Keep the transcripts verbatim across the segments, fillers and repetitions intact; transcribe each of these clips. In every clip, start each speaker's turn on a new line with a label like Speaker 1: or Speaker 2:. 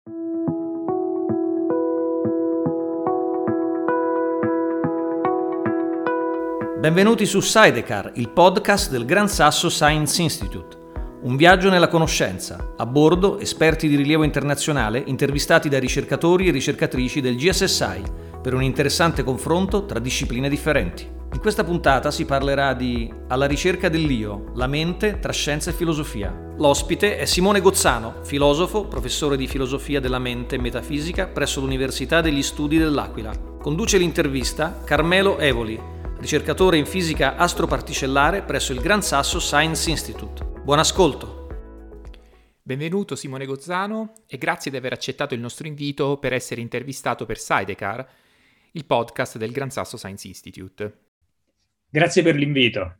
Speaker 1: Benvenuti su Sidecar, il podcast del Gran Sasso Science Institute. Un viaggio nella conoscenza. A bordo, esperti di rilievo internazionale intervistati da ricercatori e ricercatrici del G S S I per un interessante confronto tra discipline differenti. In questa puntata si parlerà di Alla ricerca dell'io, la mente tra scienza e filosofia. L'ospite è Simone Gozzano, filosofo, professore di filosofia della mente e metafisica presso l'Università degli Studi dell'Aquila. Conduce l'intervista Carmelo Evoli, ricercatore in fisica astroparticellare presso il Gran Sasso Science Institute. Buon ascolto!
Speaker 2: Benvenuto Simone Gozzano e grazie di aver accettato il nostro invito per essere intervistato per Sidecar, il podcast del Gran Sasso Science Institute.
Speaker 3: Grazie per l'invito.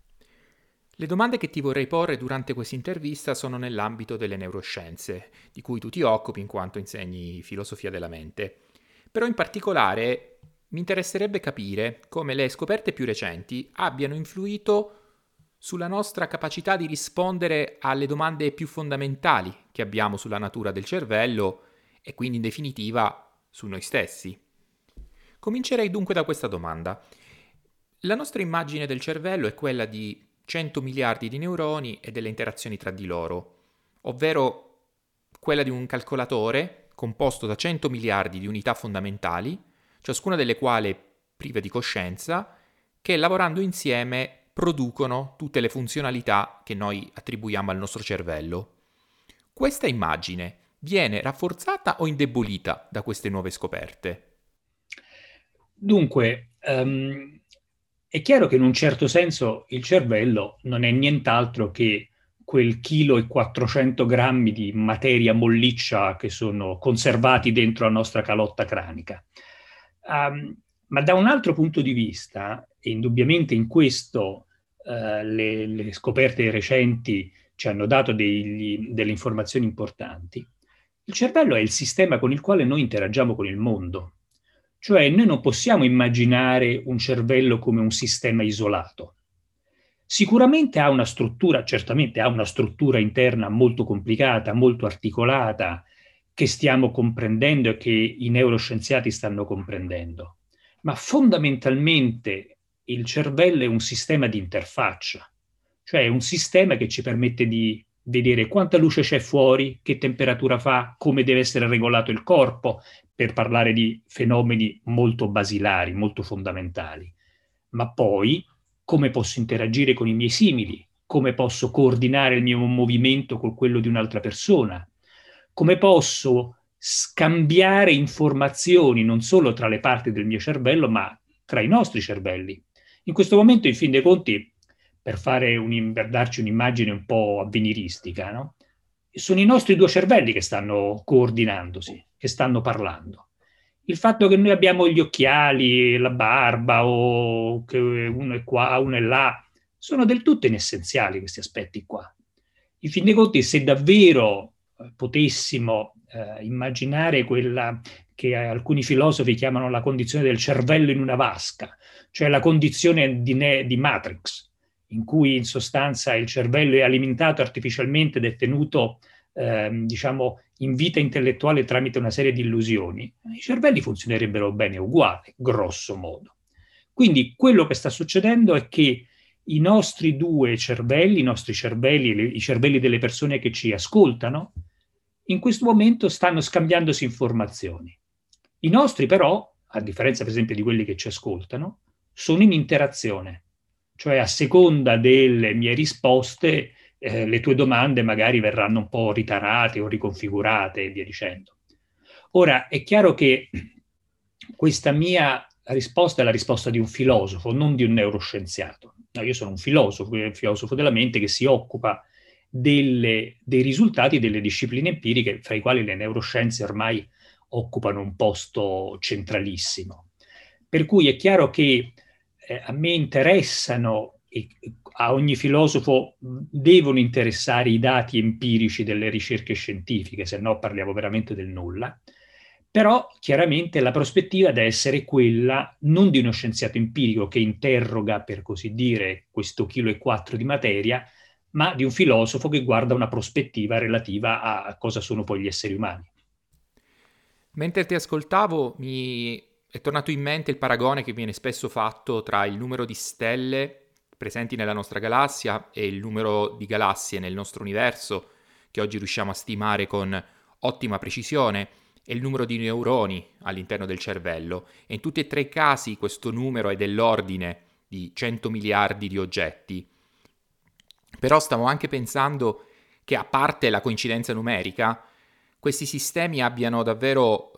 Speaker 2: Le domande che ti vorrei porre durante questa intervista sono nell'ambito delle neuroscienze, di cui tu ti occupi in quanto insegni filosofia della mente. Però in particolare mi interesserebbe capire come le scoperte più recenti abbiano influito sulla nostra capacità di rispondere alle domande più fondamentali che abbiamo sulla natura del cervello e quindi in definitiva su noi stessi. Comincerei dunque da questa domanda. La nostra immagine del cervello è quella di cento miliardi di neuroni e delle interazioni tra di loro, ovvero quella di un calcolatore composto da cento miliardi di unità fondamentali, ciascuna delle quali prive di coscienza, che lavorando insieme producono tutte le funzionalità che noi attribuiamo al nostro cervello. Questa immagine viene rafforzata o indebolita da queste nuove scoperte?
Speaker 3: Dunque, um, è chiaro che in un certo senso il cervello non è nient'altro che quel chilo e quattrocento grammi di materia molliccia che sono conservati dentro la nostra calotta cranica. Um, ma da un altro punto di vista, e indubbiamente in questo uh, le, le scoperte recenti ci hanno dato degli, delle informazioni importanti, il cervello è il sistema con il quale noi interagiamo con il mondo. Cioè noi non possiamo immaginare un cervello come un sistema isolato. Sicuramente ha una struttura, certamente ha una struttura interna molto complicata, molto articolata, che stiamo comprendendo e che i neuroscienziati stanno comprendendo. Ma fondamentalmente il cervello è un sistema di interfaccia, cioè è un sistema che ci permette di vedere quanta luce c'è fuori, che temperatura fa, come deve essere regolato il corpo, per parlare di fenomeni molto basilari, molto fondamentali. Ma poi come posso interagire con i miei simili, come posso coordinare il mio movimento con quello di un'altra persona, come posso scambiare informazioni non solo tra le parti del mio cervello, ma tra i nostri cervelli. In questo momento, in fin dei conti, per, fare un, per darci un'immagine un po' avveniristica, no? Sono i nostri due cervelli che stanno coordinandosi, che stanno parlando. Il fatto che noi abbiamo gli occhiali, la barba, o che uno è qua, uno è là, sono del tutto inessenziali questi aspetti qua. In fin dei conti, se davvero potessimo eh, immaginare quella che alcuni filosofi chiamano la condizione del cervello in una vasca, cioè la condizione di, ne- di Matrix, in cui in sostanza il cervello è alimentato artificialmente ed è tenuto eh, diciamo in vita intellettuale tramite una serie di illusioni, i cervelli funzionerebbero bene uguali, grosso modo. Quindi quello che sta succedendo è che i nostri due cervelli, i nostri cervelli, i cervelli delle persone che ci ascoltano, in questo momento stanno scambiandosi informazioni. I nostri però, a differenza per esempio di quelli che ci ascoltano, sono in interazione. Cioè a seconda delle mie risposte, eh, le tue domande magari verranno un po' ritarate o riconfigurate e via dicendo. Ora, è chiaro che questa mia risposta è la risposta di un filosofo, non di un neuroscienziato. No, io sono un filosofo, un filosofo della mente che si occupa delle, dei risultati delle discipline empiriche, fra i quali le neuroscienze ormai occupano un posto centralissimo. Per cui è chiaro che eh, a me interessano, e a ogni filosofo devono interessare i dati empirici delle ricerche scientifiche, se no parliamo veramente del nulla. Però chiaramente la prospettiva deve essere quella non di uno scienziato empirico che interroga, per così dire, questo chilo e quattro di materia, ma di un filosofo che guarda una prospettiva relativa a cosa sono poi gli esseri umani.
Speaker 2: Mentre ti ascoltavo mi è tornato in mente il paragone che viene spesso fatto tra il numero di stelle presenti nella nostra galassia e il numero di galassie nel nostro universo, che oggi riusciamo a stimare con ottima precisione, e il numero di neuroni all'interno del cervello. E in tutti e tre i casi questo numero è dell'ordine di cento miliardi di oggetti. Però stavo anche pensando che, a parte la coincidenza numerica, questi sistemi abbiano davvero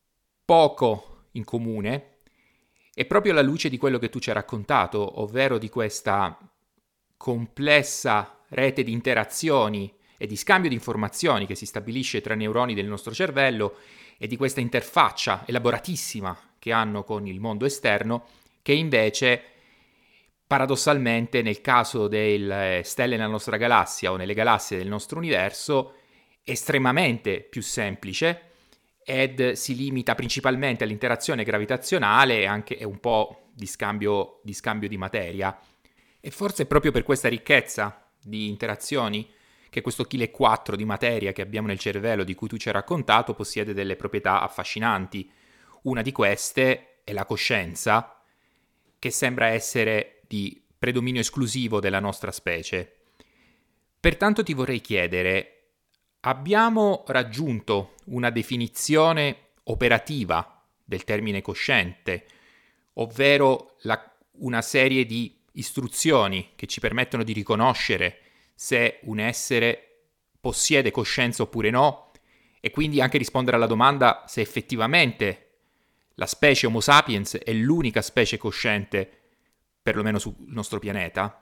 Speaker 2: poco in comune, e proprio alla luce di quello che tu ci hai raccontato, ovvero di questa complessa rete di interazioni e di scambio di informazioni che si stabilisce tra i neuroni del nostro cervello e di questa interfaccia elaboratissima che hanno con il mondo esterno, che invece paradossalmente nel caso delle stelle nella nostra galassia o nelle galassie del nostro universo è estremamente più semplice ed si limita principalmente all'interazione gravitazionale e anche un po' di scambio, di scambio di materia. E forse è proprio per questa ricchezza di interazioni che questo chilo e quattro di materia che abbiamo nel cervello, di cui tu ci hai raccontato, possiede delle proprietà affascinanti. Una di queste è la coscienza, che sembra essere di predominio esclusivo della nostra specie. Pertanto ti vorrei chiedere: abbiamo raggiunto una definizione operativa del termine cosciente, ovvero la, una serie di istruzioni che ci permettono di riconoscere se un essere possiede coscienza oppure no, e quindi anche rispondere alla domanda se effettivamente la specie Homo sapiens è l'unica specie cosciente, perlomeno sul nostro pianeta?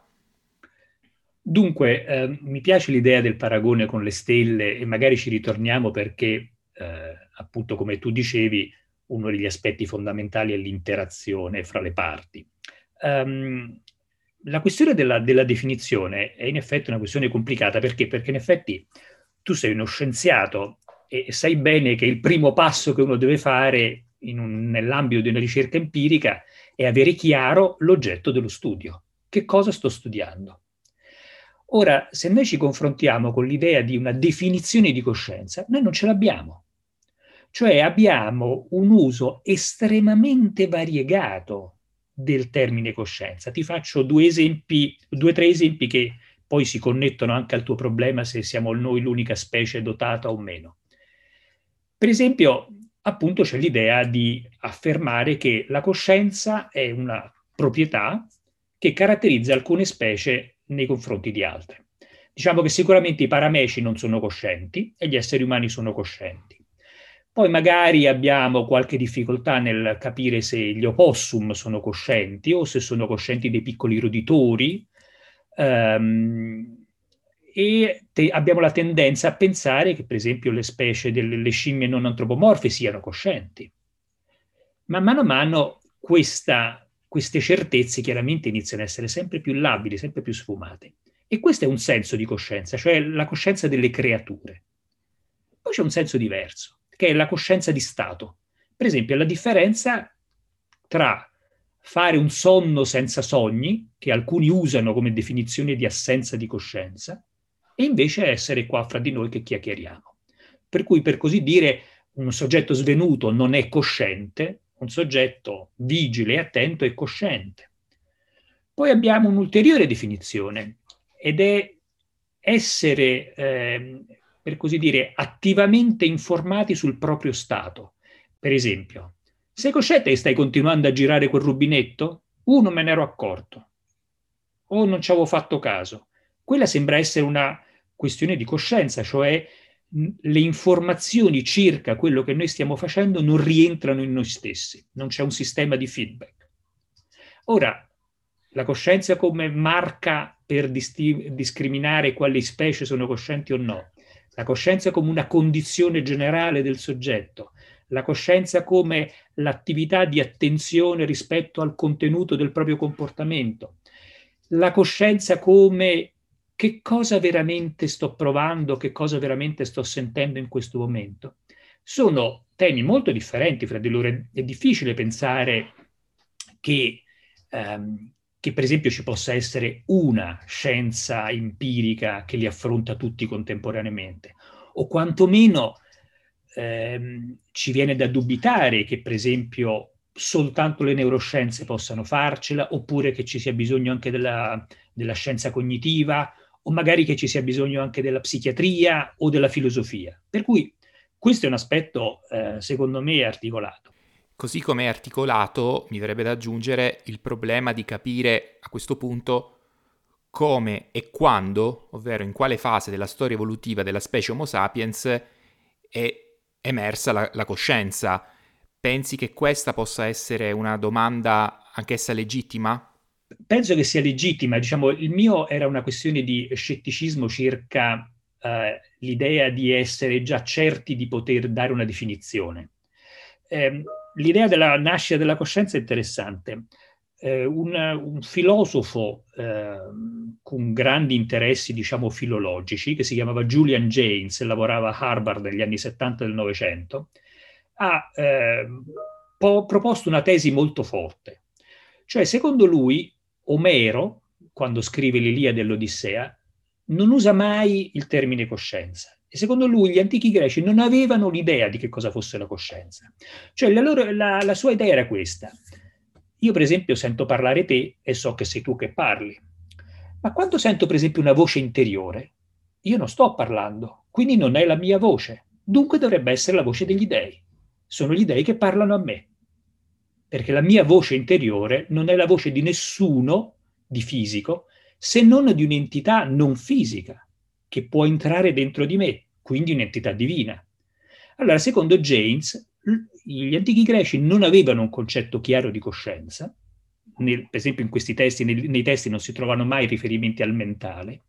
Speaker 3: Dunque, eh, mi piace l'idea del paragone con le stelle e magari ci ritorniamo perché, eh, appunto, come tu dicevi, uno degli aspetti fondamentali è l'interazione fra le parti. Um, la questione della, della definizione è in effetti una questione complicata. Perché? Perché in effetti tu sei uno scienziato e sai bene che il primo passo che uno deve fare in un, nell'ambito di una ricerca empirica è avere chiaro l'oggetto dello studio. Che cosa sto studiando? Ora, se noi ci confrontiamo con l'idea di una definizione di coscienza, noi non ce l'abbiamo. Cioè abbiamo un uso estremamente variegato del termine coscienza. Ti faccio due esempi, due o tre esempi che poi si connettono anche al tuo problema se siamo noi l'unica specie dotata o meno. Per esempio, appunto, c'è l'idea di affermare che la coscienza è una proprietà che caratterizza alcune specie nei confronti di altre. Diciamo che sicuramente i parameci non sono coscienti e gli esseri umani sono coscienti. Poi magari abbiamo qualche difficoltà nel capire se gli opossum sono coscienti o se sono coscienti dei piccoli roditori, um, e te- abbiamo la tendenza a pensare che per esempio le specie delle le scimmie non antropomorfe siano coscienti. Ma mano a mano questa queste certezze chiaramente iniziano a essere sempre più labili, sempre più sfumate. E questo è un senso di coscienza, cioè la coscienza delle creature. Poi c'è un senso diverso, che è la coscienza di stato. Per esempio, la differenza tra fare un sonno senza sogni, che alcuni usano come definizione di assenza di coscienza, e invece essere qua fra di noi che chiacchieriamo. Per cui, per così dire, un soggetto svenuto non è cosciente, un soggetto vigile e attento è cosciente. Poi abbiamo un'ulteriore definizione, ed è essere, eh, per così dire, attivamente informati sul proprio stato. Per esempio, sei cosciente che stai continuando a girare quel rubinetto? Uh, non me ne ero accorto. O non ci avevo fatto caso. Quella sembra essere una questione di coscienza, cioè le informazioni circa quello che noi stiamo facendo non rientrano in noi stessi, non c'è un sistema di feedback. Ora, la coscienza come marca per disti- discriminare quali specie sono coscienti o no, la coscienza come una condizione generale del soggetto, la coscienza come l'attività di attenzione rispetto al contenuto del proprio comportamento, la coscienza come che cosa veramente sto provando, che cosa veramente sto sentendo in questo momento. Sono temi molto differenti fra di loro. È difficile pensare che, ehm, che per esempio ci possa essere una scienza empirica che li affronta tutti contemporaneamente, o quantomeno ehm, ci viene da dubitare che, per esempio, soltanto le neuroscienze possano farcela, oppure che ci sia bisogno anche della, della scienza cognitiva, o magari che ci sia bisogno anche della psichiatria o della filosofia. Per cui questo è un aspetto, eh, secondo me, articolato.
Speaker 2: Così come è articolato, mi verrebbe da aggiungere il problema di capire a questo punto come e quando, ovvero in quale fase della storia evolutiva della specie Homo sapiens è emersa la, la coscienza. Pensi che questa possa essere una domanda anch'essa legittima?
Speaker 3: Penso che sia legittima. Diciamo, il mio era una questione di scetticismo circa eh, l'idea di essere già certi di poter dare una definizione. Eh, l'idea della nascita della coscienza è interessante. Eh, un, un filosofo eh, con grandi interessi, diciamo, filologici, che si chiamava Julian Jaynes, lavorava a Harvard negli anni settanta del Novecento, ha eh, po- proposto una tesi molto forte. Cioè, secondo lui, Omero, quando scrive l'Ilia dell'Odissea, non usa mai il termine coscienza. E secondo lui gli antichi greci non avevano l'idea di che cosa fosse la coscienza. Cioè, la, loro, la, la sua idea era questa. Io, per esempio, sento parlare te e so che sei tu che parli. Ma quando sento, per esempio, una voce interiore, io non sto parlando, quindi non è la mia voce. Dunque dovrebbe essere la voce degli dei. Sono gli dei che parlano a me. Perché la mia voce interiore non è la voce di nessuno di fisico, se non di un'entità non fisica, che può entrare dentro di me, quindi un'entità divina. Allora, secondo James, gli antichi greci non avevano un concetto chiaro di coscienza, nel, per esempio in questi testi, nei, nei testi non si trovano mai riferimenti al mentale,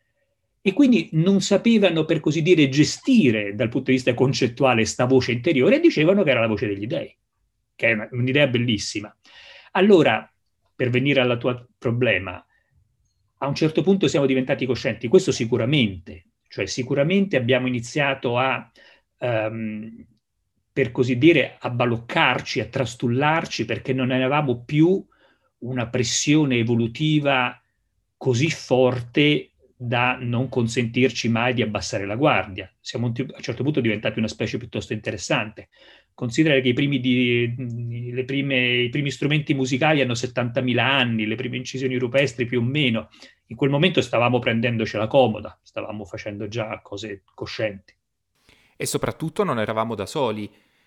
Speaker 3: e quindi non sapevano, per così dire, gestire dal punto di vista concettuale sta voce interiore, e dicevano che era la voce degli dei, che è una, un'idea bellissima. Allora, per venire al tuo problema, a un certo punto siamo diventati coscienti, questo sicuramente, cioè sicuramente abbiamo iniziato a, um, per così dire, a baloccarci, a trastullarci, perché non avevamo più una pressione evolutiva così forte da non consentirci mai di abbassare la guardia. Siamo a un certo punto diventati una specie piuttosto interessante. Considera che i primi, di, le prime, i primi strumenti musicali hanno settantamila anni, le prime incisioni rupestri più o meno. In quel momento stavamo prendendocela comoda, stavamo facendo già cose coscienti.
Speaker 2: E soprattutto non eravamo da soli,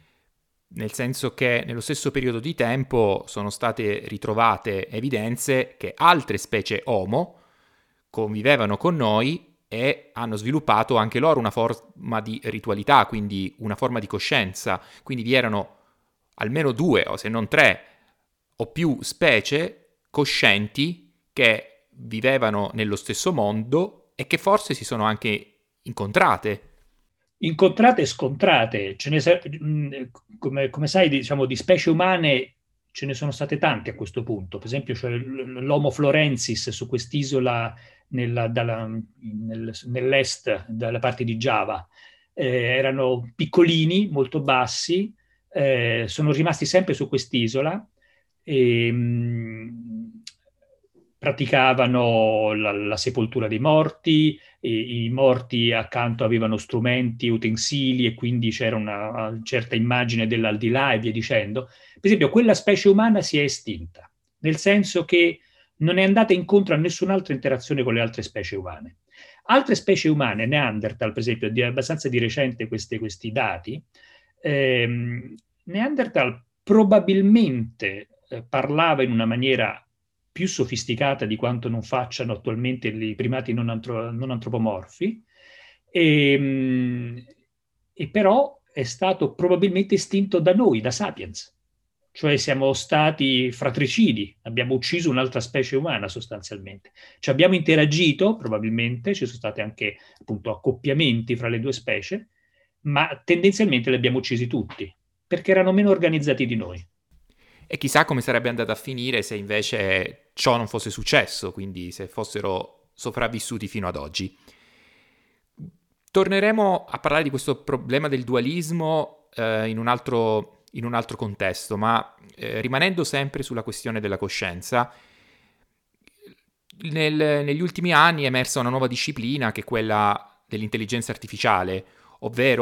Speaker 2: nel senso che nello stesso periodo di tempo sono state ritrovate evidenze che altre specie Homo convivevano con noi e hanno sviluppato anche loro una forma di ritualità, quindi una forma di coscienza. Quindi vi erano almeno due, o se non tre, o più specie coscienti che vivevano nello stesso mondo e che forse si sono anche incontrate.
Speaker 3: Incontrate e scontrate. Ce ne, come, come sai, diciamo, di specie umane ce ne sono state tante a questo punto. Per esempio, cioè, l'Homo florensis su quest'isola nella, dalla, nel, nell'est, dalla parte di Giava. Eh, erano piccolini, molto bassi, eh, sono rimasti sempre su quest'isola e mh, praticavano la, la sepoltura dei morti, e i morti accanto avevano strumenti, utensili e quindi c'era una certa immagine dell'aldilà e via dicendo. Per esempio, quella specie umana si è estinta, nel senso che non è andata incontro a nessun'altra interazione con le altre specie umane. Altre specie umane, Neanderthal per esempio, di abbastanza di recente questi, questi dati, ehm, Neanderthal probabilmente eh, parlava in una maniera più sofisticata di quanto non facciano attualmente i primati non, antro- non antropomorfi, e, e però è stato probabilmente estinto da noi, da Sapiens. Cioè siamo stati fratricidi, abbiamo ucciso un'altra specie umana sostanzialmente. Ci abbiamo interagito, probabilmente, ci sono stati anche appunto accoppiamenti fra le due specie, ma tendenzialmente li abbiamo uccisi tutti, perché erano meno organizzati di noi.
Speaker 2: E chissà come sarebbe andata a finire se invece ciò non fosse successo, quindi se fossero sopravvissuti fino ad oggi. Torneremo a parlare di questo problema del dualismo eh, in un altro, in un altro contesto, ma eh, rimanendo sempre sulla questione della coscienza, nel, negli ultimi anni è emersa una nuova disciplina che è quella dell'intelligenza artificiale, ovvero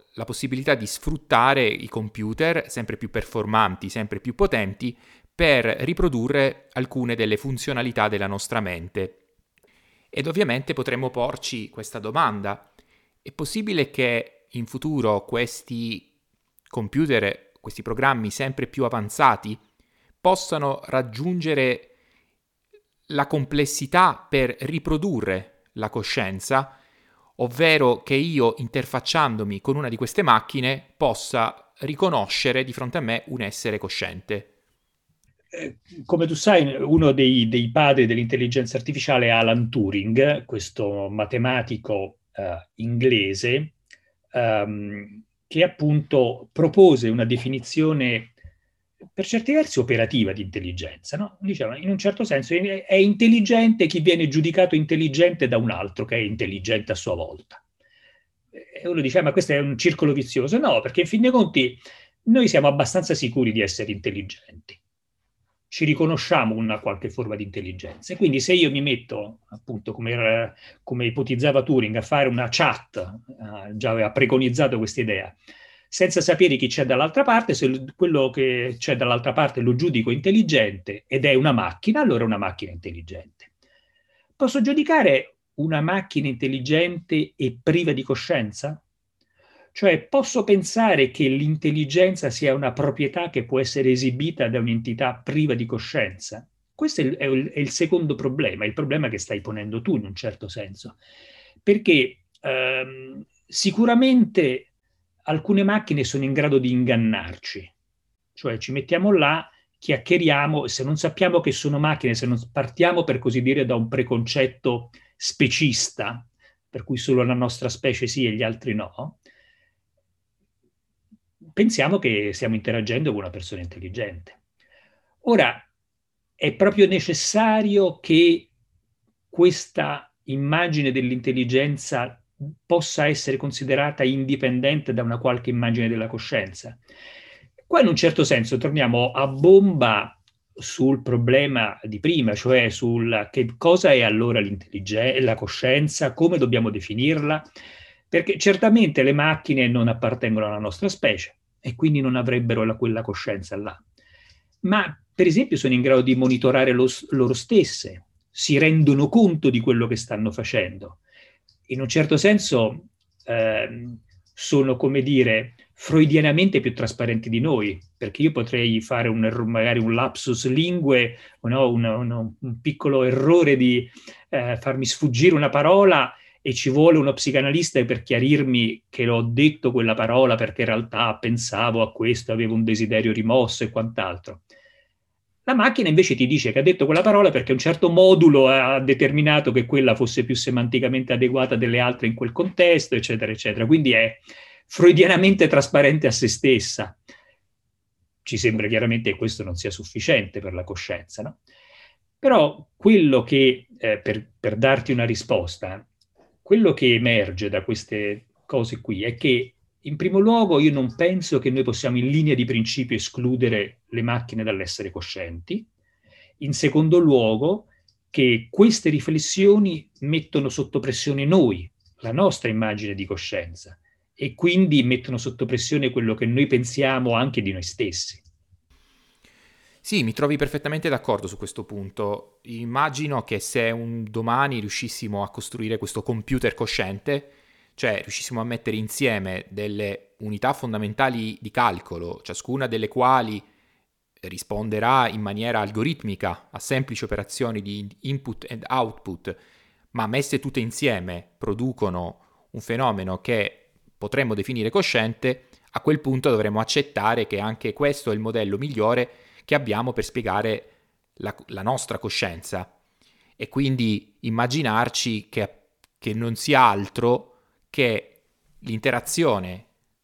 Speaker 2: la possibilità di sfruttare i computer sempre più performanti, sempre più potenti, per riprodurre alcune delle funzionalità della nostra mente. Ed ovviamente potremmo porci questa domanda: è possibile che in futuro questi computer, questi programmi sempre più avanzati, possano raggiungere la complessità per riprodurre la coscienza, ovvero che io, interfacciandomi con una di queste macchine, possa riconoscere di fronte a me un essere cosciente?
Speaker 3: Come tu sai, uno dei, dei padri dell'intelligenza artificiale è Alan Turing, questo matematico uh, inglese, um, che appunto propose una definizione per certi versi operativa di intelligenza, no? Diceva, in un certo senso è intelligente chi viene giudicato intelligente da un altro che è intelligente a sua volta. E uno dice, ma questo è un circolo vizioso. No, perché in fin dei conti noi siamo abbastanza sicuri di essere intelligenti. Ci riconosciamo una qualche forma di intelligenza. E quindi se io mi metto, appunto, come, come ipotizzava Turing, a fare una chat, eh, già aveva preconizzato questa idea, senza sapere chi c'è dall'altra parte, se quello che c'è dall'altra parte lo giudico intelligente ed è una macchina, allora è una macchina intelligente. Posso giudicare una macchina intelligente e priva di coscienza? Cioè, posso pensare che l'intelligenza sia una proprietà che può essere esibita da un'entità priva di coscienza? Questo è il, è il, è il secondo problema, il problema che stai ponendo tu in un certo senso. Perché ehm, sicuramente alcune macchine sono in grado di ingannarci. Cioè, ci mettiamo là, chiacchieriamo, e se non sappiamo che sono macchine, se non partiamo, per così dire, da un preconcetto specista, per cui solo la nostra specie sì e gli altri no, pensiamo che stiamo interagendo con una persona intelligente. Ora, è proprio necessario che questa immagine dell'intelligenza possa essere considerata indipendente da una qualche immagine della coscienza. Qua in un certo senso torniamo a bomba sul problema di prima, cioè sul che cosa è allora l'intelligenza, la coscienza, come dobbiamo definirla, perché certamente le macchine non appartengono alla nostra specie e quindi non avrebbero la, quella coscienza là. Ma per esempio sono in grado di monitorare lo, loro stesse, si rendono conto di quello che stanno facendo. In un certo senso eh, sono, come dire, freudianamente più trasparenti di noi, perché io potrei fare un, magari un lapsus lingue, no? un, un, un piccolo errore di eh, farmi sfuggire una parola e ci vuole uno psicanalista per chiarirmi che l'ho detto quella parola perché in realtà pensavo a questo, avevo un desiderio rimosso e quant'altro. La macchina invece ti dice che ha detto quella parola perché un certo modulo ha determinato che quella fosse più semanticamente adeguata delle altre in quel contesto, eccetera, eccetera. Quindi è freudianamente trasparente a se stessa. Ci sembra chiaramente che questo non sia sufficiente per la coscienza, no? Però quello che, eh, per, per darti una risposta, quello che emerge da queste cose qui è che in primo luogo io non penso che noi possiamo in linea di principio escludere le macchine dall'essere coscienti. In secondo luogo che queste riflessioni mettono sotto pressione noi, la nostra immagine di coscienza, e quindi mettono sotto pressione quello che noi pensiamo anche di noi stessi.
Speaker 2: Sì, mi trovi perfettamente d'accordo su questo punto. Immagino che se un domani riuscissimo a costruire questo computer cosciente, cioè riuscissimo a mettere insieme delle unità fondamentali di calcolo, ciascuna delle quali risponderà in maniera algoritmica a semplici operazioni di input and output, ma messe tutte insieme producono un fenomeno che potremmo definire cosciente, a quel punto dovremmo accettare che anche questo è il modello migliore che abbiamo per spiegare la, la nostra coscienza, e quindi immaginarci che, che non sia altro che l'interazione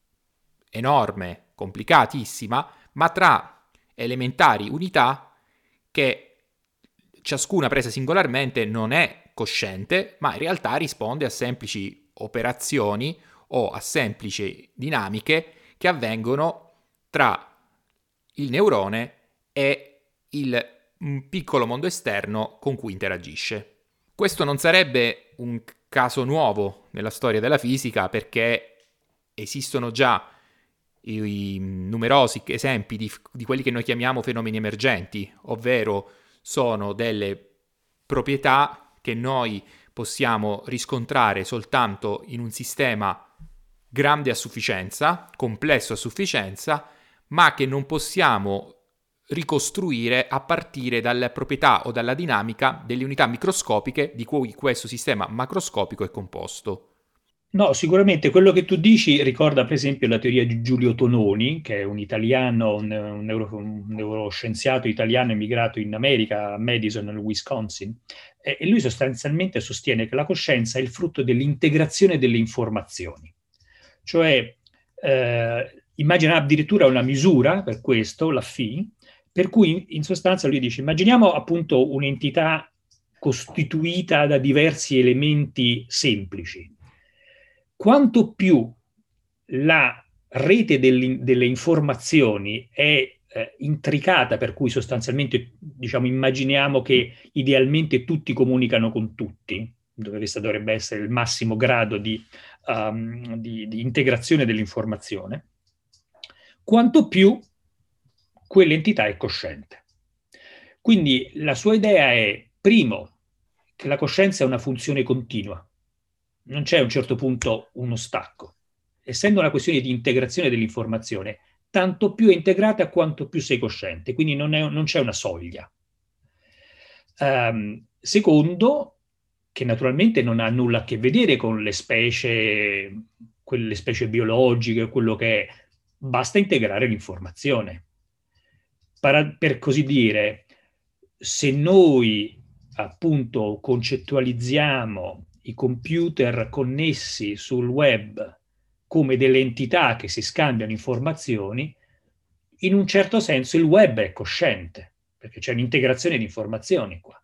Speaker 2: enorme, complicatissima, ma tra elementari unità che ciascuna presa singolarmente non è cosciente, ma in realtà risponde a semplici operazioni o a semplici dinamiche che avvengono tra il neurone e il piccolo mondo esterno con cui interagisce. Questo non sarebbe un caso nuovo nella storia della fisica, perché esistono già i, i numerosi esempi di, di quelli che noi chiamiamo fenomeni emergenti, ovvero sono delle proprietà che noi possiamo riscontrare soltanto in un sistema grande a sufficienza, complesso a sufficienza, ma che non possiamo ricostruire a partire dalle proprietà o dalla dinamica delle unità microscopiche di cui questo sistema macroscopico è composto.
Speaker 3: No, sicuramente quello che tu dici ricorda per esempio la teoria di Giulio Tononi, che è un italiano, un, un, neuro, un neuroscienziato italiano emigrato in America, a Madison, nel Wisconsin, e, e lui sostanzialmente sostiene che la coscienza è il frutto dell'integrazione delle informazioni. Cioè, eh, immagina addirittura una misura per questo, la φ, per cui in sostanza lui dice, immaginiamo appunto un'entità costituita da diversi elementi semplici. Quanto più la rete delle, delle informazioni è eh, intricata, per cui sostanzialmente diciamo, immaginiamo che idealmente tutti comunicano con tutti, dove questo dovrebbe essere il massimo grado di, um, di, di integrazione dell'informazione, quanto più quell'entità è cosciente. Quindi la sua idea è, primo, che la coscienza è una funzione continua. Non c'è a un certo punto uno stacco. Essendo una questione di integrazione dell'informazione, tanto più è integrata quanto più sei cosciente, quindi non, è, non c'è una soglia. Um, secondo, che naturalmente non ha nulla a che vedere con le specie, quelle specie biologiche, quello che è, basta integrare l'informazione. Para, per così dire, se noi appunto concettualizziamo i computer connessi sul web come delle entità che si scambiano informazioni, in un certo senso il web è cosciente, perché c'è un'integrazione di informazioni qua.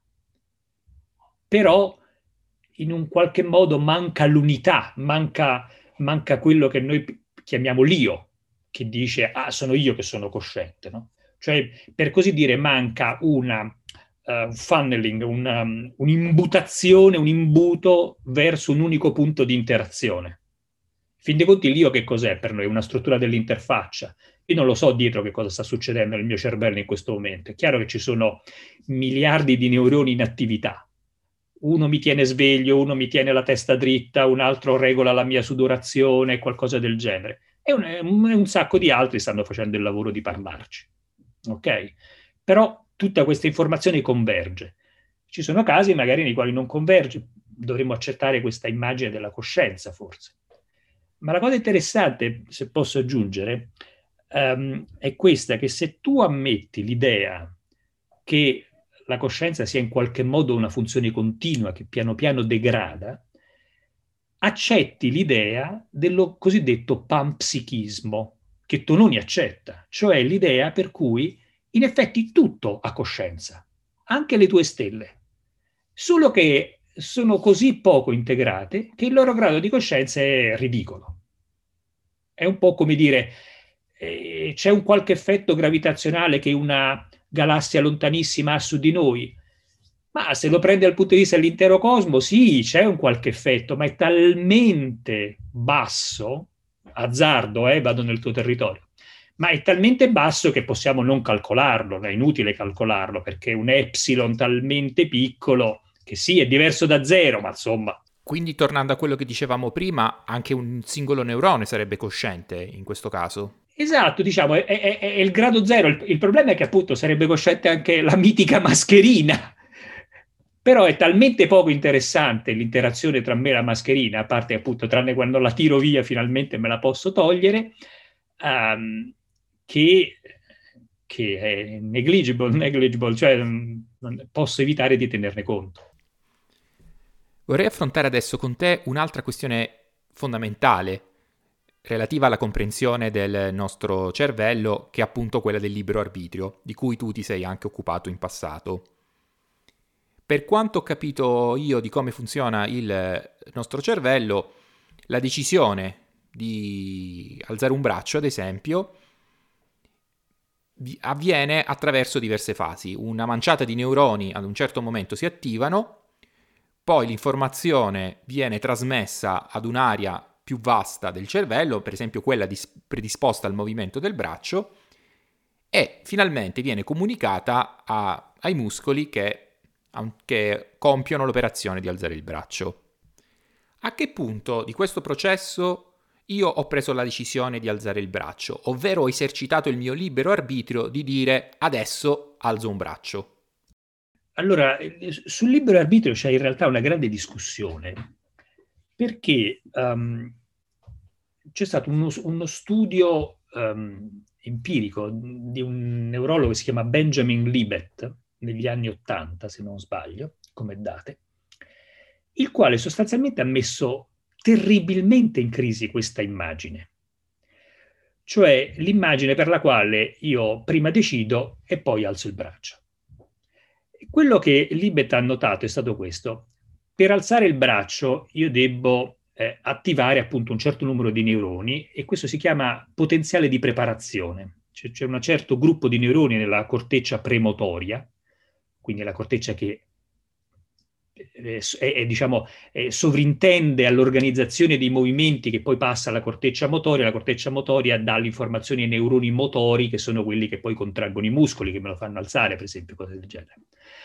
Speaker 3: Però in un qualche modo manca l'unità, manca, manca quello che noi chiamiamo l'io, che dice, ah, sono io che sono cosciente, no? Cioè, per così dire, manca una... Uh, un funneling, una, un'imbutazione, un imbuto verso un unico punto di interazione. In fin dei conti l'io che cos'è per noi? Una struttura dell'interfaccia. Io non lo so dietro che cosa sta succedendo nel mio cervello in questo momento. È chiaro che ci sono miliardi di neuroni in attività. Uno mi tiene sveglio, uno mi tiene la testa dritta, un altro regola la mia sudorazione, qualcosa del genere. E un, un sacco di altri stanno facendo il lavoro di parlarci. Ok? Però tutta questa informazione converge. Ci sono casi magari nei quali non converge, dovremmo accettare questa immagine della coscienza forse. Ma la cosa interessante, se posso aggiungere, um, è questa, che se tu ammetti l'idea che la coscienza sia in qualche modo una funzione continua che piano piano degrada, accetti l'idea dello cosiddetto panpsichismo, che Tononi accetta, cioè l'idea per cui in effetti tutto ha coscienza, anche le tue stelle, solo che sono così poco integrate che il loro grado di coscienza è ridicolo. È un po' come dire, eh, c'è un qualche effetto gravitazionale che una galassia lontanissima ha su di noi, ma se lo prendi dal punto di vista dell'intero cosmo, sì, c'è un qualche effetto, ma è talmente basso, azzardo, eh, vado nel tuo territorio, ma è talmente basso che possiamo non calcolarlo, è inutile calcolarlo, perché è un epsilon talmente piccolo che sì, è diverso da zero, ma insomma...
Speaker 2: Quindi, tornando a quello che dicevamo prima, anche un singolo neurone sarebbe cosciente in questo caso?
Speaker 3: Esatto, diciamo, è, è, è il grado zero. Il, il problema è che appunto sarebbe cosciente anche la mitica mascherina. Però è talmente poco interessante l'interazione tra me e la mascherina, a parte appunto, tranne quando la tiro via finalmente me la posso togliere, um, che, che è negligible, negligible, cioè non posso evitare di tenerne conto.
Speaker 2: Vorrei affrontare adesso con te un'altra questione fondamentale relativa alla comprensione del nostro cervello, che è appunto quella del libero arbitrio, di cui tu ti sei anche occupato in passato. Per quanto ho capito io di come funziona il nostro cervello, la decisione di alzare un braccio, ad esempio, avviene attraverso diverse fasi. Una manciata di neuroni ad un certo momento si attivano, poi l'informazione viene trasmessa ad un'area più vasta del cervello, per esempio quella dis- predisposta al movimento del braccio, e finalmente viene comunicata a, ai muscoli che, a, che compiono l'operazione di alzare il braccio. A che punto di questo processo io ho preso la decisione di alzare il braccio, ovvero ho esercitato il mio libero arbitrio di dire adesso alzo un braccio?
Speaker 3: Allora, sul libero arbitrio c'è in realtà una grande discussione, perché um, c'è stato uno, uno studio um, empirico di un neurologo che si chiama Benjamin Libet, negli anni Ottanta, se non sbaglio, come date, il quale sostanzialmente ha messo terribilmente in crisi questa immagine. Cioè l'immagine per la quale io prima decido e poi alzo il braccio. Quello che Libet ha notato è stato questo. Per alzare il braccio io devo eh, attivare appunto un certo numero di neuroni e questo si chiama potenziale di preparazione. Cioè, c'è un certo gruppo di neuroni nella corteccia premotoria, quindi la corteccia che è, è, diciamo, è, sovrintende all'organizzazione dei movimenti che poi passa alla corteccia motoria. La corteccia motoria dà le informazioni ai neuroni motori, che sono quelli che poi contraggono i muscoli, che me lo fanno alzare, per esempio, cose del genere.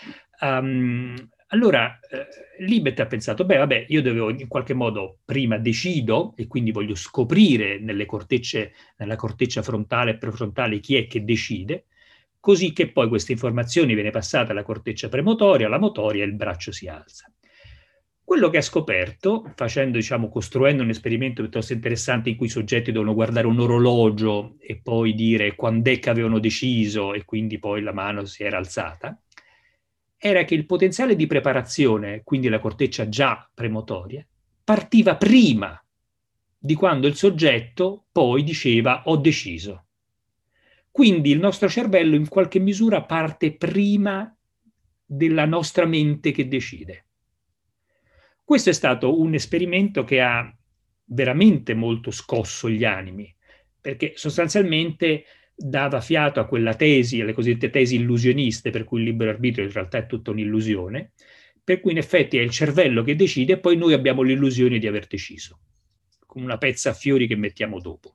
Speaker 3: Um, allora, eh, Libet ha pensato, beh, vabbè, io devo in qualche modo prima decido e quindi voglio scoprire nelle cortecce, nella corteccia frontale e prefrontale chi è che decide, così che poi questa informazione viene passata alla corteccia premotoria, alla motoria e il braccio si alza. Quello che ha scoperto, facendo, diciamo, costruendo un esperimento piuttosto interessante in cui i soggetti devono guardare un orologio e poi dire quando è che avevano deciso e quindi poi la mano si era alzata, era che il potenziale di preparazione, quindi la corteccia già premotoria, partiva prima di quando il soggetto poi diceva ho deciso. Quindi il nostro cervello in qualche misura parte prima della nostra mente che decide. Questo è stato un esperimento che ha veramente molto scosso gli animi, perché sostanzialmente dava fiato a quella tesi, alle cosiddette tesi illusioniste, per cui il libero arbitrio in realtà è tutta un'illusione, per cui in effetti è il cervello che decide e poi noi abbiamo l'illusione di aver deciso, come una pezza a fiori che mettiamo dopo.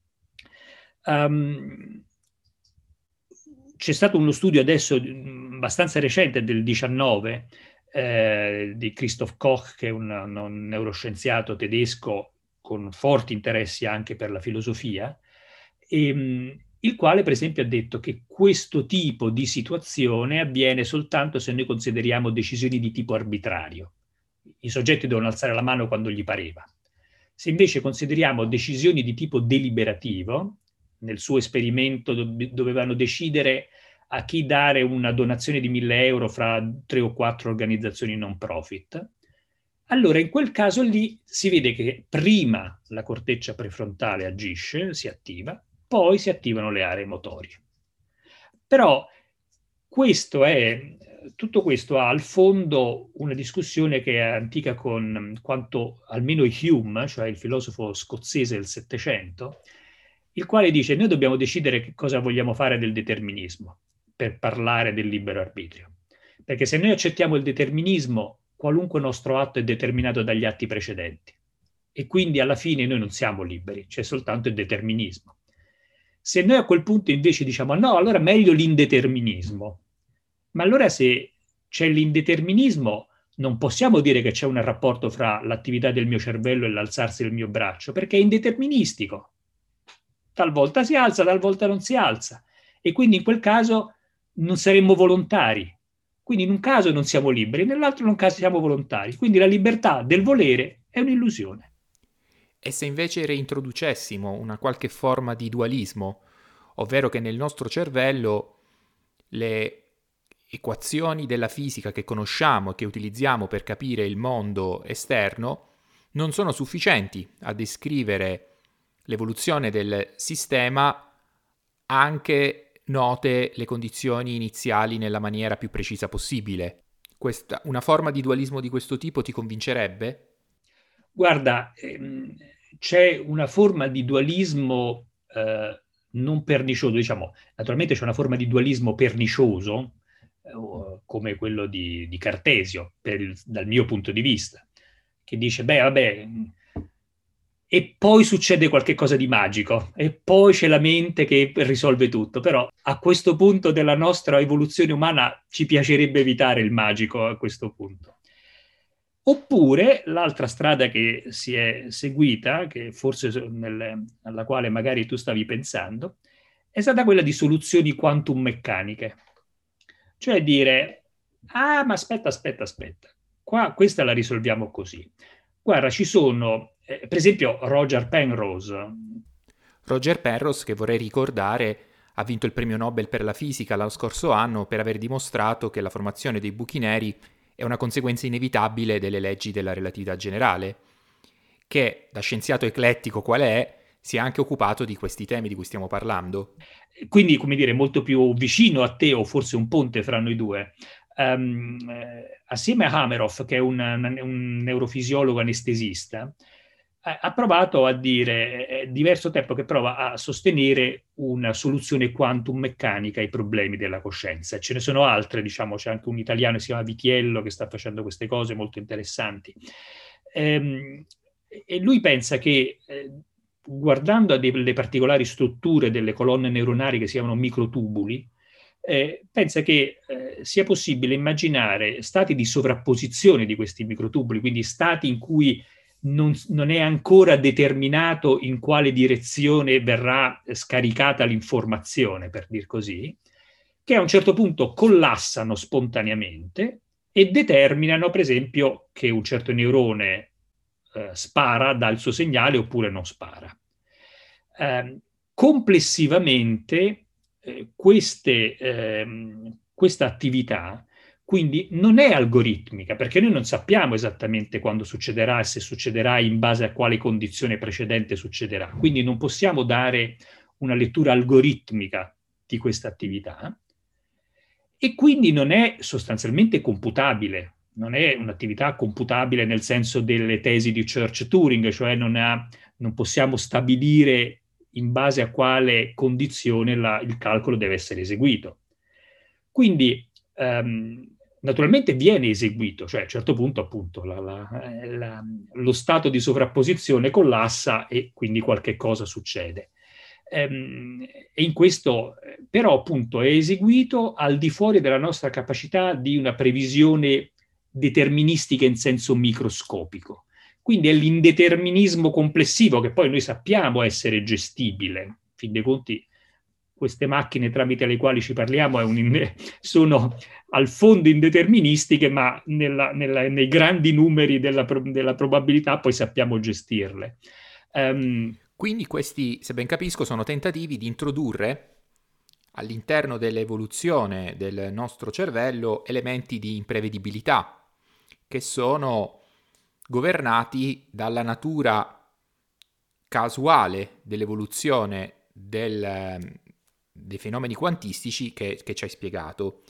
Speaker 3: Um, c'è stato uno studio adesso abbastanza recente, del diciannove, eh, di Christoph Koch, che è un, un neuroscienziato tedesco con forti interessi anche per la filosofia, e, il quale per esempio ha detto che questo tipo di situazione avviene soltanto se noi consideriamo decisioni di tipo arbitrario. I soggetti devono alzare la mano quando gli pareva. Se invece consideriamo decisioni di tipo deliberativo, nel suo esperimento dovevano decidere a chi dare una donazione di mille euro fra tre o quattro organizzazioni non profit, allora in quel caso lì si vede che prima la corteccia prefrontale agisce, si attiva, poi si attivano le aree motorie. Però questo è, tutto questo ha al fondo una discussione che è antica con quanto almeno Hume, cioè il filosofo scozzese del Settecento, il quale dice noi dobbiamo decidere che cosa vogliamo fare del determinismo per parlare del libero arbitrio. Perché se noi accettiamo il determinismo, qualunque nostro atto è determinato dagli atti precedenti. E quindi alla fine noi non siamo liberi, c'è soltanto il determinismo. Se noi a quel punto invece diciamo no, allora meglio l'indeterminismo, ma allora se c'è l'indeterminismo non possiamo dire che c'è un rapporto fra l'attività del mio cervello e l'alzarsi del mio braccio, perché è indeterministico. Talvolta si alza, talvolta non si alza. E quindi in quel caso non saremmo volontari. Quindi in un caso non siamo liberi, nell'altro non caso siamo volontari. Quindi la libertà del volere è un'illusione.
Speaker 2: E se invece reintroducessimo una qualche forma di dualismo, ovvero che nel nostro cervello le equazioni della fisica che conosciamo e che utilizziamo per capire il mondo esterno non sono sufficienti a descrivere l'evoluzione del sistema, anche note le condizioni iniziali nella maniera più precisa possibile. Questa, una forma di dualismo di questo tipo ti convincerebbe?
Speaker 3: Guarda, ehm, c'è una forma di dualismo eh, non pernicioso, diciamo, naturalmente c'è una forma di dualismo pernicioso, eh, come quello di, di Cartesio, per il, dal mio punto di vista, che dice, beh, vabbè, e poi succede qualche cosa di magico, e poi c'è la mente che risolve tutto. Però a questo punto della nostra evoluzione umana ci piacerebbe evitare il magico a questo punto. Oppure l'altra strada che si è seguita, che forse nelle, alla quale magari tu stavi pensando, è stata quella di soluzioni quantum meccaniche. Cioè dire, ah, ma aspetta, aspetta, aspetta, qua questa la risolviamo così. Guarda, ci sono, eh, per esempio, Roger Penrose.
Speaker 2: Roger Penrose, che vorrei ricordare, ha vinto il premio Nobel per la fisica l'anno scorso anno per aver dimostrato che la formazione dei buchi neri è una conseguenza inevitabile delle leggi della relatività generale, che, da scienziato eclettico qual è, si è anche occupato di questi temi di cui stiamo parlando.
Speaker 3: Quindi, come dire, molto più vicino a te, o forse un ponte fra noi due. Um, eh, assieme a Hameroff, che è un, un neurofisiologo anestesista, eh, ha provato a dire, è diverso tempo che prova a sostenere una soluzione quantum meccanica ai problemi della coscienza. Ce ne sono altre, diciamo, c'è anche un italiano che si chiama Vitiello che sta facendo queste cose molto interessanti. Ehm, e lui pensa che, eh, guardando a delle particolari strutture delle colonne neuronali che si chiamano microtubuli, Eh, pensa che eh, sia possibile immaginare stati di sovrapposizione di questi microtubuli, quindi stati in cui non, non è ancora determinato in quale direzione verrà scaricata l'informazione, per dir così, che a un certo punto collassano spontaneamente e determinano, per esempio, che un certo neurone eh, spara, dà il suo segnale oppure non spara. Eh, complessivamente Eh, queste, ehm, questa attività quindi non è algoritmica, perché noi non sappiamo esattamente quando succederà e se succederà in base a quale condizione precedente succederà. Quindi non possiamo dare una lettura algoritmica di questa attività e quindi non è sostanzialmente computabile. Non è un'attività computabile nel senso delle tesi di Church-Turing, cioè non, ha, non possiamo stabilire in base a quale condizione la, il calcolo deve essere eseguito. Quindi, ehm, naturalmente viene eseguito, cioè a un certo punto appunto la, la, la, lo stato di sovrapposizione collassa e quindi qualche cosa succede. Ehm, e in questo, però appunto è eseguito al di fuori della nostra capacità di una previsione deterministica in senso microscopico. Quindi è l'indeterminismo complessivo che poi noi sappiamo essere gestibile. In fin dei conti, queste macchine tramite le quali ci parliamo è un, sono al fondo indeterministiche, ma nella, nella, nei grandi numeri della, della probabilità poi sappiamo gestirle. Um,
Speaker 2: Quindi questi, se ben capisco, sono tentativi di introdurre all'interno dell'evoluzione del nostro cervello elementi di imprevedibilità che sono governati dalla natura casuale dell'evoluzione del, dei fenomeni quantistici che, che ci hai spiegato.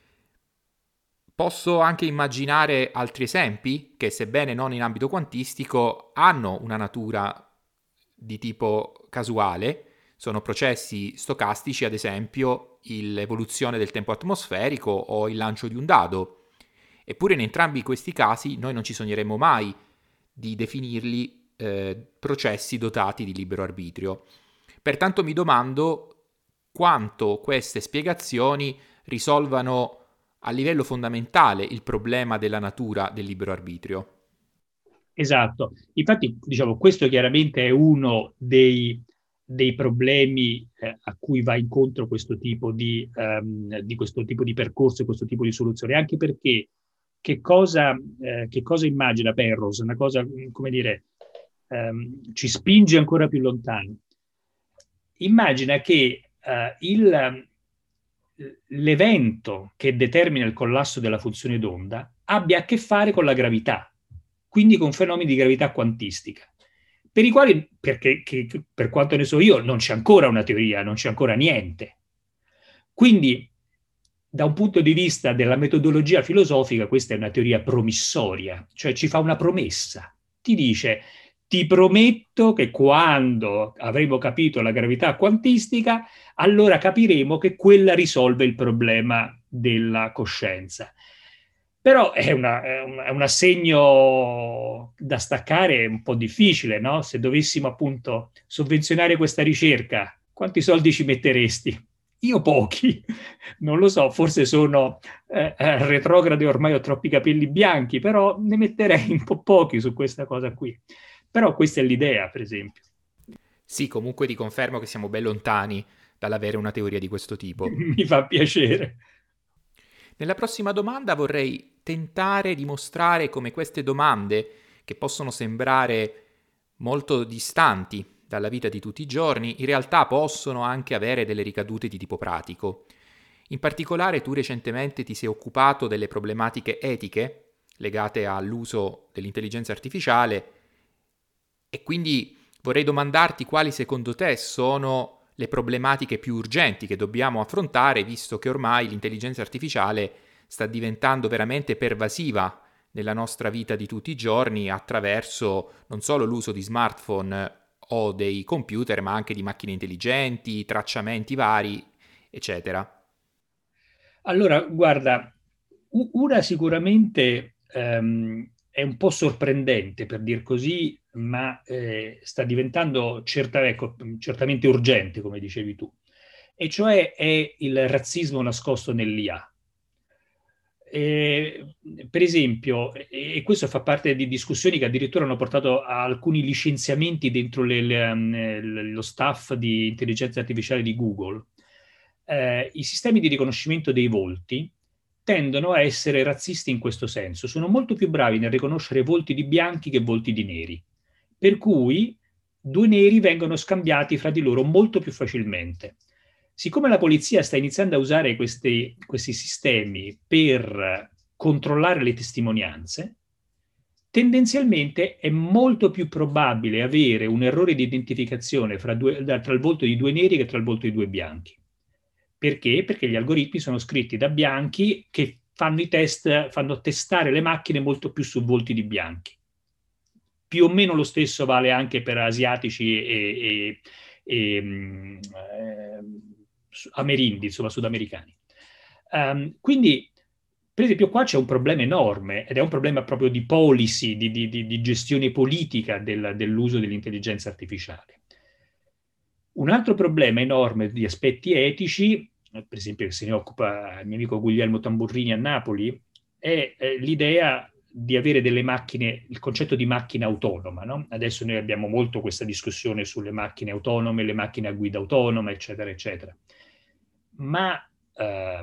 Speaker 2: Posso anche immaginare altri esempi che, sebbene non in ambito quantistico, hanno una natura di tipo casuale. Sono processi stocastici, ad esempio l'evoluzione del tempo atmosferico o il lancio di un dado. Eppure in entrambi questi casi noi non ci sogneremmo mai di definirli eh, processi dotati di libero arbitrio. Pertanto mi domando quanto queste spiegazioni risolvano a livello fondamentale il problema della natura del libero arbitrio.
Speaker 3: Esatto. Infatti, diciamo, questo chiaramente è uno dei, dei problemi eh, a cui va incontro questo tipo di, um, di questo tipo di percorso e questo tipo di soluzione, anche perché Che cosa, eh, che cosa immagina Penrose? Una cosa, come dire, ehm, ci spinge ancora più lontano. Immagina che eh, il, l'evento che determina il collasso della funzione d'onda abbia a che fare con la gravità, quindi con fenomeni di gravità quantistica, per i quali, perché, che, per quanto ne so io, non c'è ancora una teoria, non c'è ancora niente. Quindi, da un punto di vista della metodologia filosofica, questa è una teoria promissoria, cioè ci fa una promessa. Ti dice, ti prometto che quando avremo capito la gravità quantistica, allora capiremo che quella risolve il problema della coscienza. Però è, una, è, un, è un assegno da staccare un po' difficile, no? Se dovessimo appunto sovvenzionare questa ricerca, quanti soldi ci metteresti? Io pochi, non lo so, forse sono eh, retrogrado e ormai ho troppi capelli bianchi, però ne metterei un po' pochi su questa cosa qui. Però questa è l'idea, per esempio.
Speaker 2: Sì, comunque ti confermo che siamo ben lontani dall'avere una teoria di questo tipo.
Speaker 3: Mi fa piacere.
Speaker 2: Nella prossima domanda vorrei tentare di mostrare come queste domande, che possono sembrare molto distanti dalla vita di tutti i giorni, in realtà possono anche avere delle ricadute di tipo pratico. In particolare tu recentemente ti sei occupato delle problematiche etiche legate all'uso dell'intelligenza artificiale e quindi vorrei domandarti quali secondo te sono le problematiche più urgenti che dobbiamo affrontare, visto che ormai l'intelligenza artificiale sta diventando veramente pervasiva nella nostra vita di tutti i giorni attraverso non solo l'uso di smartphone o dei computer, ma anche di macchine intelligenti, tracciamenti vari, eccetera.
Speaker 3: Allora, guarda, una sicuramente ehm, è un po' sorprendente per dir così, ma eh, sta diventando certa, ecco, certamente urgente, come dicevi tu, e cioè è il razzismo nascosto nell'I A. Eh, per esempio, e questo fa parte di discussioni che addirittura hanno portato a alcuni licenziamenti dentro le, le, lo staff di intelligenza artificiale di Google. Eh, I sistemi di riconoscimento dei volti tendono a essere razzisti in questo senso. Sono molto più bravi nel riconoscere volti di bianchi che volti di neri. Per cui due neri vengono scambiati fra di loro molto più facilmente. Siccome la polizia sta iniziando a usare questi, questi sistemi per controllare le testimonianze, tendenzialmente è molto più probabile avere un errore di identificazione fra, due, tra il volto di due neri che tra il volto di due bianchi. Perché? Perché gli algoritmi sono scritti da bianchi che fanno i test, fanno testare le macchine molto più su volti di bianchi. Più o meno lo stesso vale anche per asiatici e, e, e eh, amerindi, insomma sudamericani. Um, quindi, per esempio, qua c'è un problema enorme ed è un problema proprio di policy, di, di, di gestione politica del, dell'uso dell'intelligenza artificiale. Un altro problema enorme di aspetti etici, per esempio che se ne occupa il mio amico Guglielmo Tamburrini a Napoli, è eh, l'idea di avere delle macchine, il concetto di macchina autonoma. No? Adesso noi abbiamo molto questa discussione sulle macchine autonome, le macchine a guida autonoma, eccetera, eccetera. Ma eh,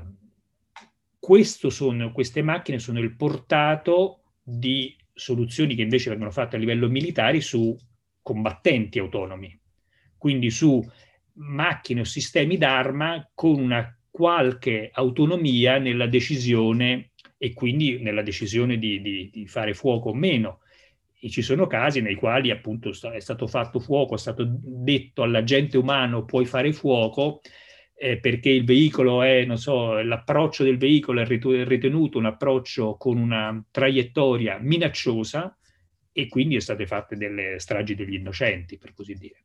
Speaker 3: questo sono, queste macchine sono il portato di soluzioni che invece vengono fatte a livello militare su combattenti autonomi. Quindi su macchine o sistemi d'arma con una qualche autonomia nella decisione e quindi nella decisione di, di, di fare fuoco o meno. E ci sono casi nei quali appunto è stato fatto fuoco, è stato detto all'agente umano puoi fare fuoco eh, perché il veicolo è, non so, l'approccio del veicolo è ritenuto un approccio con una traiettoria minacciosa e quindi sono state fatte delle stragi degli innocenti, per così dire.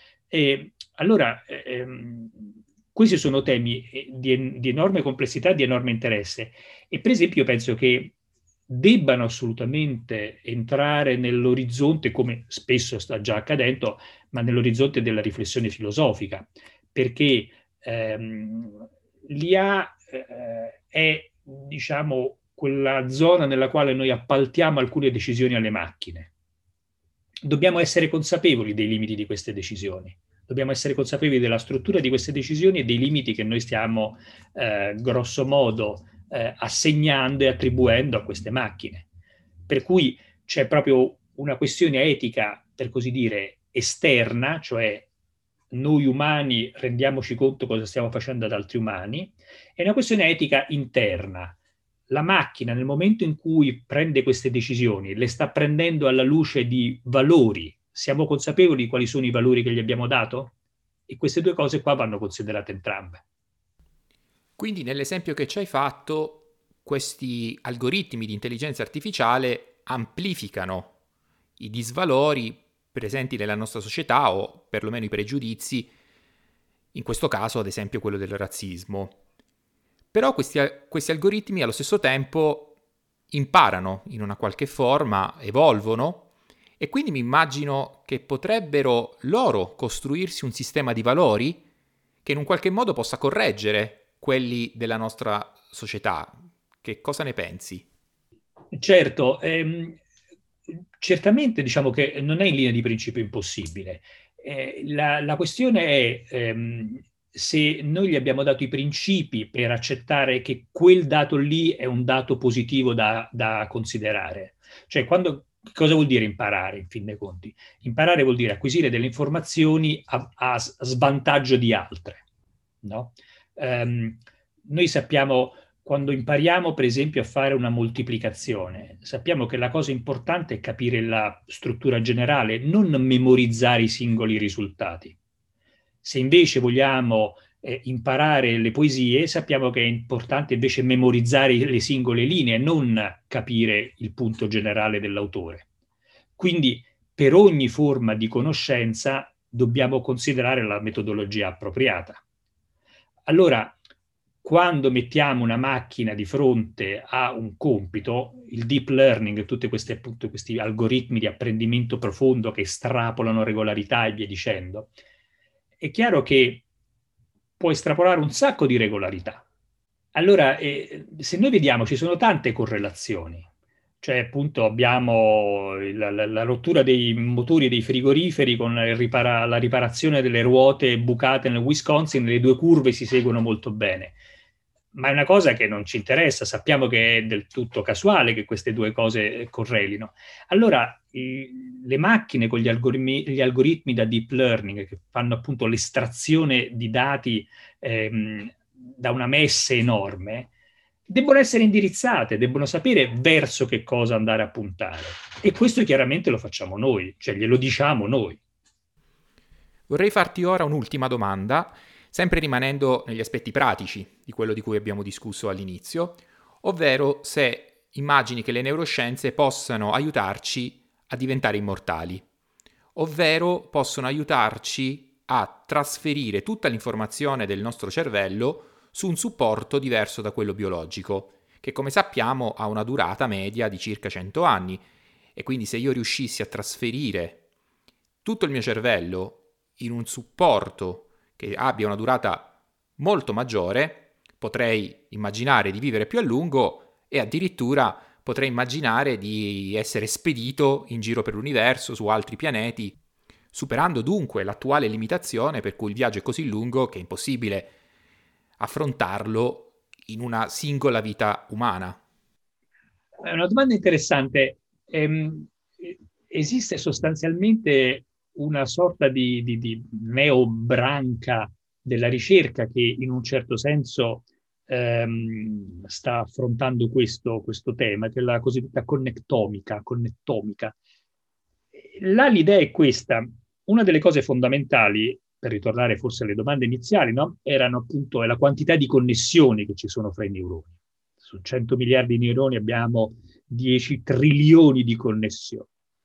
Speaker 3: E allora, ehm, questi sono temi di, di enorme complessità, di enorme interesse e per esempio io penso che debbano assolutamente entrare nell'orizzonte, come spesso sta già accadendo, ma nell'orizzonte della riflessione filosofica, perché ehm, l'I A eh, è, diciamo, quella zona nella quale noi appaltiamo alcune decisioni alle macchine. Dobbiamo essere consapevoli dei limiti di queste decisioni. Dobbiamo essere consapevoli della struttura di queste decisioni e dei limiti che noi stiamo, eh, grosso modo, eh, assegnando e attribuendo a queste macchine. Per cui c'è proprio una questione etica, per così dire, esterna, cioè noi umani rendiamoci conto cosa stiamo facendo ad altri umani, e una questione etica interna. La macchina, nel momento in cui prende queste decisioni, le sta prendendo alla luce di valori. Siamo consapevoli di quali sono i valori che gli abbiamo dato? E queste due cose qua vanno considerate entrambe.
Speaker 2: Quindi, nell'esempio che ci hai fatto, questi algoritmi di intelligenza artificiale amplificano i disvalori presenti nella nostra società o perlomeno i pregiudizi, in questo caso ad esempio quello del razzismo. Però questi, questi algoritmi allo stesso tempo imparano in una qualche forma, evolvono, e quindi mi immagino che potrebbero loro costruirsi un sistema di valori che in un qualche modo possa correggere quelli della nostra società. Che cosa ne pensi?
Speaker 3: Certo, ehm, certamente diciamo che non è in linea di principio impossibile. Eh, la, la questione è ehm, se noi gli abbiamo dato i principi per accettare che quel dato lì è un dato positivo da, da considerare. Cioè, quando, cosa vuol dire imparare, in fin dei conti? Imparare vuol dire acquisire delle informazioni a, a svantaggio di altre, no? Ehm, noi sappiamo, quando impariamo, per esempio, a fare una moltiplicazione, sappiamo che la cosa importante è capire la struttura generale, non memorizzare i singoli risultati. Se invece vogliamo eh, imparare le poesie, sappiamo che è importante invece memorizzare le singole linee, non capire il punto generale dell'autore. Quindi, per ogni forma di conoscenza dobbiamo considerare la metodologia appropriata. Allora, quando mettiamo una macchina di fronte a un compito, il deep learning, tutti questi, appunto, questi algoritmi di apprendimento profondo che estrapolano regolarità e via dicendo, è chiaro che può estrapolare un sacco di regolarità. Allora, eh, se noi vediamo, ci sono tante correlazioni. Cioè, appunto, abbiamo la, la, la rottura dei motori dei frigoriferi con il ripara- la riparazione delle ruote bucate nel Wisconsin, le due curve si seguono molto bene. Ma è una cosa che non ci interessa, sappiamo che è del tutto casuale che queste due cose correlino. Allora, i, le macchine con gli algoritmi, gli algoritmi da deep learning, che fanno appunto l'estrazione di dati ehm, da una messe enorme, debbono essere indirizzate, debbono sapere verso che cosa andare a puntare. E questo chiaramente lo facciamo noi, cioè glielo diciamo noi.
Speaker 2: Vorrei farti ora un'ultima domanda, sempre rimanendo negli aspetti pratici di quello di cui abbiamo discusso all'inizio, ovvero se immagini che le neuroscienze possano aiutarci a diventare immortali, ovvero possono aiutarci a trasferire tutta l'informazione del nostro cervello su un supporto diverso da quello biologico, che come sappiamo ha una durata media di circa cento anni, e quindi se io riuscissi a trasferire tutto il mio cervello in un supporto che abbia una durata molto maggiore, potrei immaginare di vivere più a lungo e addirittura potrei immaginare di essere spedito in giro per l'universo su altri pianeti, superando dunque l'attuale limitazione per cui il viaggio è così lungo che è impossibile affrontarlo in una singola vita umana.
Speaker 3: È una domanda interessante. Ehm, esiste sostanzialmente una sorta di, di, di neobranca della ricerca che in un certo senso ehm, sta affrontando questo, questo tema, che è la cosiddetta connettomica, connettomica. Là l'idea è questa. Una delle cose fondamentali, per ritornare forse alle domande iniziali, no? Erano appunto la quantità di connessioni che ci sono fra i neuroni. Su cento miliardi di neuroni abbiamo dieci trilioni di connessioni.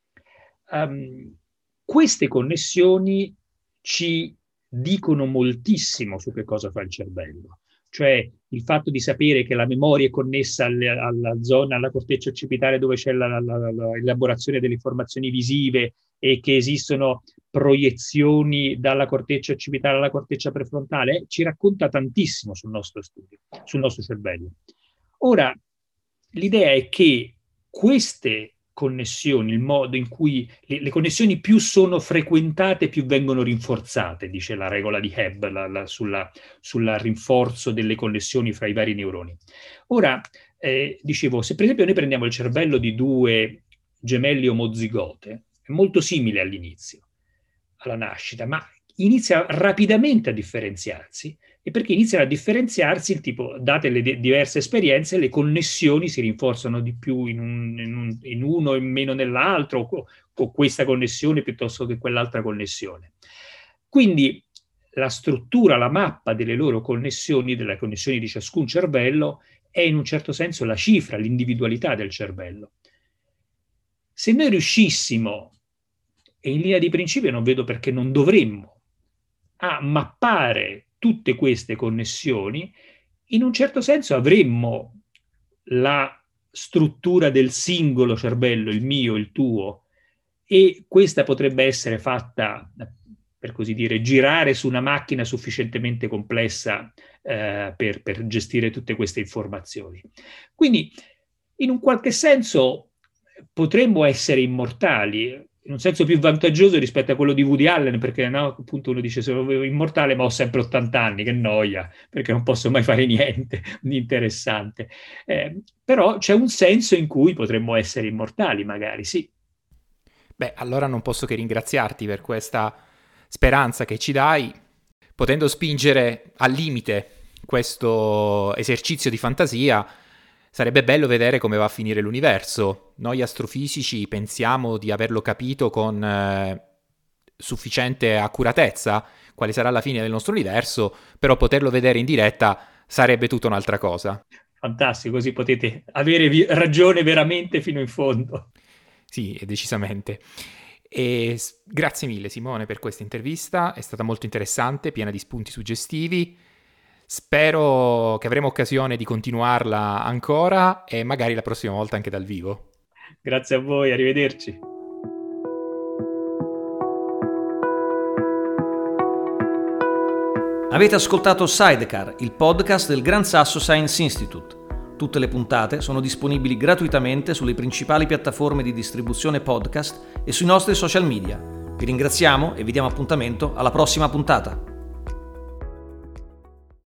Speaker 3: Um, queste connessioni ci dicono moltissimo su che cosa fa il cervello. Cioè il fatto di sapere che la memoria è connessa alle, alla zona, alla corteccia occipitale dove c'è la, la, la, l'elaborazione delle informazioni visive e che esistono proiezioni dalla corteccia occipitale alla corteccia prefrontale, ci racconta tantissimo sul nostro studio, sul nostro cervello. Ora, l'idea è che queste connessioni, il modo in cui le, le connessioni più sono frequentate, più vengono rinforzate, dice la regola di Hebb la, la, sulla, sul rinforzo delle connessioni fra i vari neuroni. Ora, eh, dicevo, se per esempio noi prendiamo il cervello di due gemelli omozigote, è molto simile all'inizio, alla nascita, ma inizia rapidamente a differenziarsi. E perché iniziano a differenziarsi, il tipo, date le de- diverse esperienze, le connessioni si rinforzano di più in, un, in, un, in uno e meno nell'altro, o, o questa connessione piuttosto che quell'altra connessione. Quindi la struttura, la mappa delle loro connessioni, delle connessioni di ciascun cervello, è in un certo senso la cifra, l'individualità del cervello. Se noi riuscissimo, e in linea di principio non vedo perché non dovremmo, a mappare tutte queste connessioni, in un certo senso avremmo la struttura del singolo cervello, il mio, il tuo, e questa potrebbe essere fatta, per così dire, girare su una macchina sufficientemente complessa eh, per, per gestire tutte queste informazioni. Quindi, in un qualche senso, potremmo essere immortali, in un senso più vantaggioso rispetto a quello di Woody Allen, perché no, appunto uno dice sono immortale ma ho sempre ottanta anni, che noia, perché non posso mai fare niente di interessante. Eh, però c'è un senso in cui potremmo essere immortali, magari, sì.
Speaker 2: Beh, allora non posso che ringraziarti per questa speranza che ci dai, potendo spingere al limite questo esercizio di fantasia. Sarebbe bello vedere come va a finire l'universo. Noi astrofisici pensiamo di averlo capito con eh, sufficiente accuratezza, quale sarà la fine del nostro universo, però poterlo vedere in diretta sarebbe tutta un'altra cosa.
Speaker 3: Fantastico, così potete avere vi- ragione veramente fino in fondo.
Speaker 2: Sì, decisamente. E grazie mille Simone per questa intervista, è stata molto interessante, piena di spunti suggestivi. Spero che avremo occasione di continuarla ancora e magari la prossima volta anche dal vivo.
Speaker 3: Grazie a voi, arrivederci.
Speaker 1: Avete ascoltato Sidecar, il podcast del Gran Sasso Science Institute. Tutte le puntate sono disponibili gratuitamente sulle principali piattaforme di distribuzione podcast e sui nostri social media. Vi ringraziamo e vi diamo appuntamento alla prossima puntata.